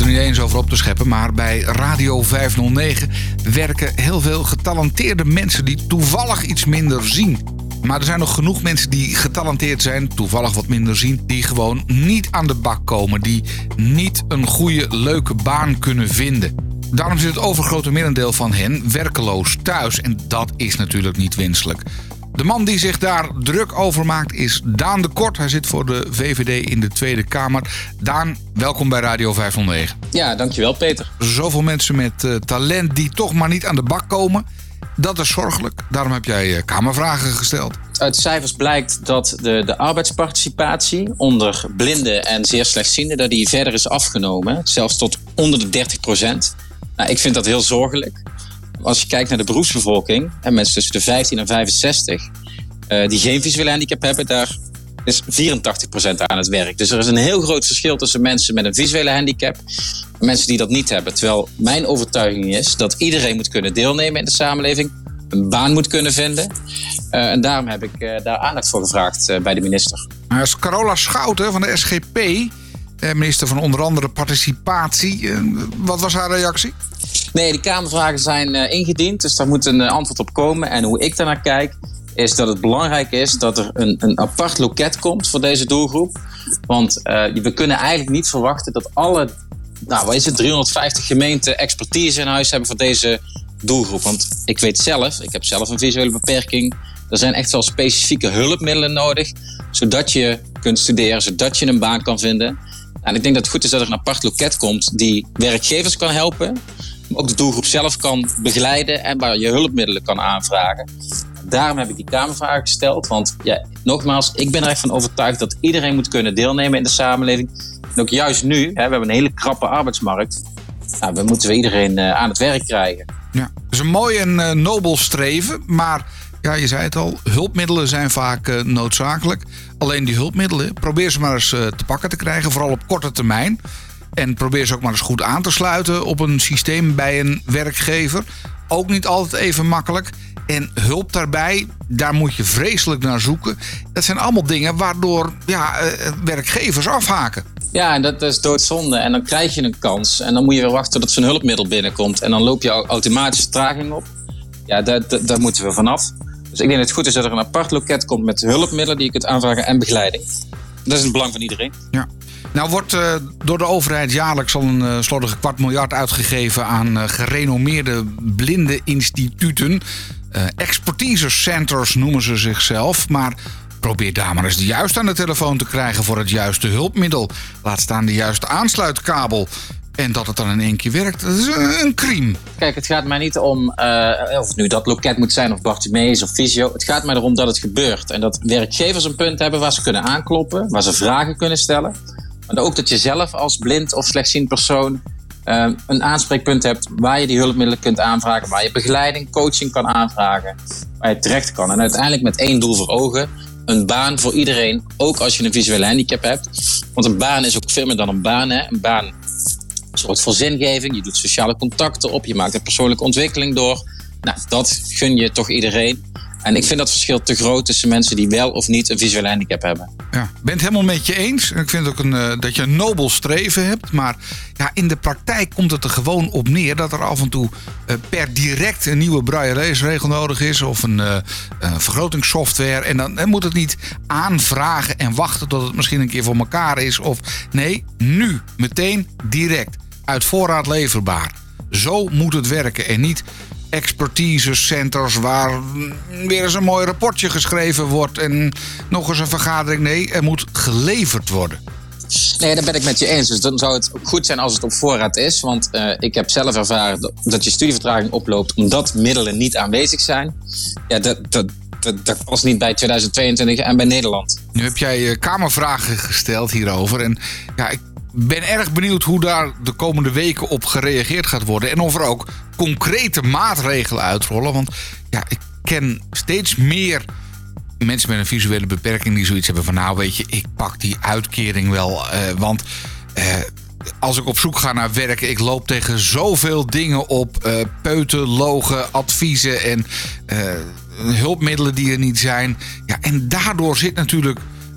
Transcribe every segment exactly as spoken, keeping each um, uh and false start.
niet eens over op te scheppen, maar bij Radio vijfhonderdnegen werken heel veel getalenteerde mensen die toevallig iets minder zien. Maar er zijn nog genoeg mensen die getalenteerd zijn, toevallig wat minder zien, die gewoon niet aan de bak komen, die niet een goede, leuke baan kunnen vinden. Daarom zit het overgrote merendeel van hen werkeloos thuis en dat is natuurlijk niet wenselijk. De man die zich daar druk over maakt is Daan de Kort. Hij zit voor de V V D in de Tweede Kamer. Daan, welkom bij Radio vijfhonderdnegen. Ja, dankjewel Peter. Zoveel mensen met uh, talent die toch maar niet aan de bak komen. Dat is zorgelijk. Daarom heb jij uh, Kamervragen gesteld. Uit cijfers blijkt dat de, de arbeidsparticipatie onder blinden en zeer slechtzienden, dat die verder is afgenomen. Zelfs tot onder de dertig procent. Nou, ik vind dat heel zorgelijk. Als je kijkt naar de beroepsbevolking, en mensen tussen de vijftien en vijfenzestig, uh, die geen visuele handicap hebben, daar is vierentachtig procent aan het werk. Dus er is een heel groot verschil tussen mensen met een visuele handicap en mensen die dat niet hebben. Terwijl mijn overtuiging is dat iedereen moet kunnen deelnemen in de samenleving, een baan moet kunnen vinden. Uh, en daarom heb ik uh, daar aandacht voor gevraagd uh, bij de minister. Nou, is Carola Schouten van de S G P, eh, minister van onder andere participatie. Uh, wat was haar reactie? Nee, die Kamervragen zijn uh, ingediend, dus daar moet een uh, antwoord op komen. En hoe ik daarnaar kijk, is dat het belangrijk is dat er een, een apart loket komt voor deze doelgroep. Want uh, we kunnen eigenlijk niet verwachten dat alle, nou wat is het, driehonderdvijftig gemeenten expertise in huis hebben voor deze doelgroep. Want ik weet zelf, ik heb zelf een visuele beperking. Er zijn echt wel specifieke hulpmiddelen nodig, zodat je kunt studeren, zodat je een baan kan vinden. En ik denk dat het goed is dat er een apart loket komt die werkgevers kan helpen, maar ook de doelgroep zelf kan begeleiden en waar je hulpmiddelen kan aanvragen. Daarom heb ik die Kamervragen gesteld, want ja, nogmaals, ik ben er echt van overtuigd dat iedereen moet kunnen deelnemen in de samenleving. En ook juist nu, hè, we hebben een hele krappe arbeidsmarkt, nou, we moeten we iedereen uh, aan het werk krijgen. Ja, dat is een mooi en uh, nobel streven, maar ja, je zei het al, hulpmiddelen zijn vaak uh, noodzakelijk. Alleen die hulpmiddelen, probeer ze maar eens uh, te pakken te krijgen, vooral op korte termijn. En probeer ze ook maar eens goed aan te sluiten op een systeem bij een werkgever. Ook niet altijd even makkelijk. En hulp daarbij, daar moet je vreselijk naar zoeken. Dat zijn allemaal dingen waardoor ja, uh, werkgevers afhaken. Ja, en dat is doodzonde. En dan krijg je een kans. En dan moet je weer wachten tot zo'n hulpmiddel binnenkomt. En dan loop je automatisch vertraging op. Ja, daar, daar, daar moeten we vanaf. Dus ik denk dat het goed is dat er een apart loket komt met hulpmiddelen die je kunt aanvragen en begeleiding. Dat is in het belang van iedereen. Ja. Nou wordt uh, door de overheid jaarlijks al een uh, slordige kwart miljard uitgegeven aan uh, gerenommeerde blinde instituten. Uh, expertise centers noemen ze zichzelf, maar probeer daar maar eens de juiste aan de telefoon te krijgen voor het juiste hulpmiddel. Laat staan de juiste aansluitkabel. En dat het dan in één keer werkt, dat is een crime. Kijk, het gaat mij niet om uh, of het nu dat loket moet zijn of Bartimeus of Visio. Het gaat mij erom dat het gebeurt. En dat werkgevers een punt hebben waar ze kunnen aankloppen, waar ze vragen kunnen stellen. Maar ook dat je zelf als blind of slechtziend persoon uh, een aanspreekpunt hebt waar je die hulpmiddelen kunt aanvragen, waar je begeleiding, coaching kan aanvragen, waar je terecht kan. En uiteindelijk met één doel voor ogen, een baan voor iedereen, ook als je een visuele handicap hebt. Want een baan is ook veel meer dan een baan. Hè? Een baan zorgt voor zingeving, je doet sociale contacten op, je maakt een persoonlijke ontwikkeling door. Nou, dat gun je toch iedereen. En ik vind dat verschil te groot tussen mensen die wel of niet een visuele handicap hebben. Ja, ik ben het helemaal met je eens. Ik vind ook een, uh, dat je een nobel streven hebt. Maar ja, in de praktijk komt het er gewoon op neer dat er af en toe uh, per direct een nieuwe braille-leesregel nodig is. Of een uh, uh, vergrotingssoftware. En dan, dan moet het niet aanvragen en wachten tot het misschien een keer voor elkaar is. Of nee, nu, meteen, direct, uit voorraad leverbaar. Zo moet het werken en niet expertise centers waar weer eens een mooi rapportje geschreven wordt en nog eens een vergadering. Nee, er moet geleverd worden. Nee, daar ben ik met je eens. Dus dan zou het ook goed zijn als het op voorraad is. Want uh, ik heb zelf ervaren dat je studievertraging oploopt omdat middelen niet aanwezig zijn. Ja, dat, dat, dat, dat was niet bij tweeduizend tweeëntwintig en bij Nederland. Nu heb jij uh, Kamervragen gesteld hierover. En ja, ik ben erg benieuwd hoe daar de komende weken op gereageerd gaat worden. En of er ook concrete maatregelen uitrollen. Want ja, ik ken steeds meer mensen met een visuele beperking die zoiets hebben van nou weet je, ik pak die uitkering wel. Uh, want uh, als ik op zoek ga naar werk, ik loop tegen zoveel dingen op. Uh, peuten, logen, adviezen en uh, hulpmiddelen die er niet zijn. Ja, en daardoor zit natuurlijk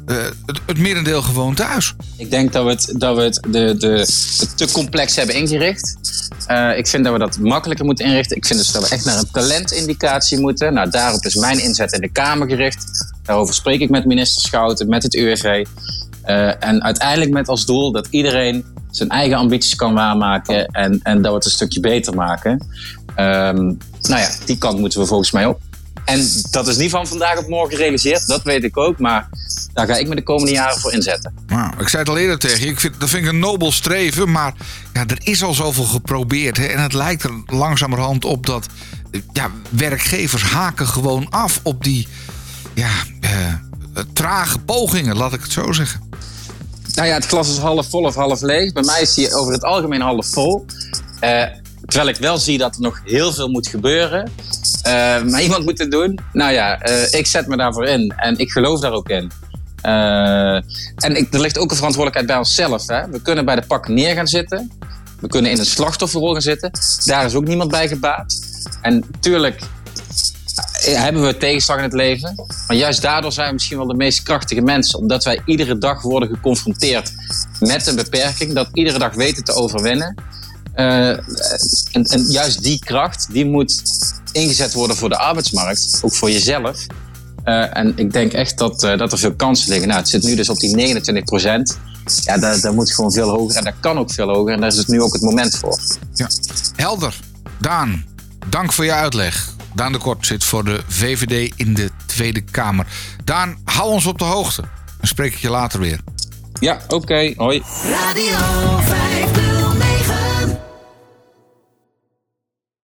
uh, het, het merendeel gewoon thuis. Ik denk dat we het, dat we het, de, de, het te complex hebben ingericht. Uh, ik vind dat we dat makkelijker moeten inrichten. Ik vind dus dat we echt naar een talentindicatie moeten. Nou, daarop is mijn inzet in de Kamer gericht. Daarover spreek ik met minister Schouten, met het U W V. Uh, en uiteindelijk met als doel dat iedereen zijn eigen ambities kan waarmaken. En, en dat we het een stukje beter maken. Um, nou ja, die kant moeten we volgens mij op. En dat is niet van vandaag op morgen gerealiseerd. Dat weet ik ook. Maar daar ga ik me de komende jaren voor inzetten. Nou, ik zei het al eerder tegen je. Ik vind, dat vind ik een nobel streven. Maar ja, er is al zoveel geprobeerd. Hè, en het lijkt er langzamerhand op dat ja, werkgevers haken gewoon af op die ja, uh, trage pogingen. Laat ik het zo zeggen. Nou ja, het glas is half vol of half leeg. Bij mij is die over het algemeen half vol. Uh, terwijl ik wel zie dat er nog heel veel moet gebeuren. Uh, maar iemand moet het doen. Nou ja, uh, ik zet me daarvoor in. En ik geloof daar ook in. Uh, en ik, er ligt ook een verantwoordelijkheid bij onszelf. Hè? We kunnen bij de pakken neer gaan zitten. We kunnen in een slachtofferrol gaan zitten. Daar is ook niemand bij gebaat. En tuurlijk hebben we tegenslag in het leven. Maar juist daardoor zijn we misschien wel de meest krachtige mensen. Omdat wij iedere dag worden geconfronteerd met een beperking. Dat iedere dag weten te overwinnen. Uh, en, en juist die kracht, die moet ingezet worden voor de arbeidsmarkt. Ook voor jezelf. Uh, en ik denk echt dat, uh, dat er veel kansen liggen. Nou, het zit nu dus op die negenentwintig procent. Ja, daar, daar moet gewoon veel hoger. En dat kan ook veel hoger. En daar is het nu ook het moment voor. Ja. Helder. Daan, dank voor je uitleg. Daan de Kort zit voor de V V D in de Tweede Kamer. Daan, hou ons op de hoogte. Dan spreek ik je later weer. Ja, oké. Okay. Hoi. Radio vijf.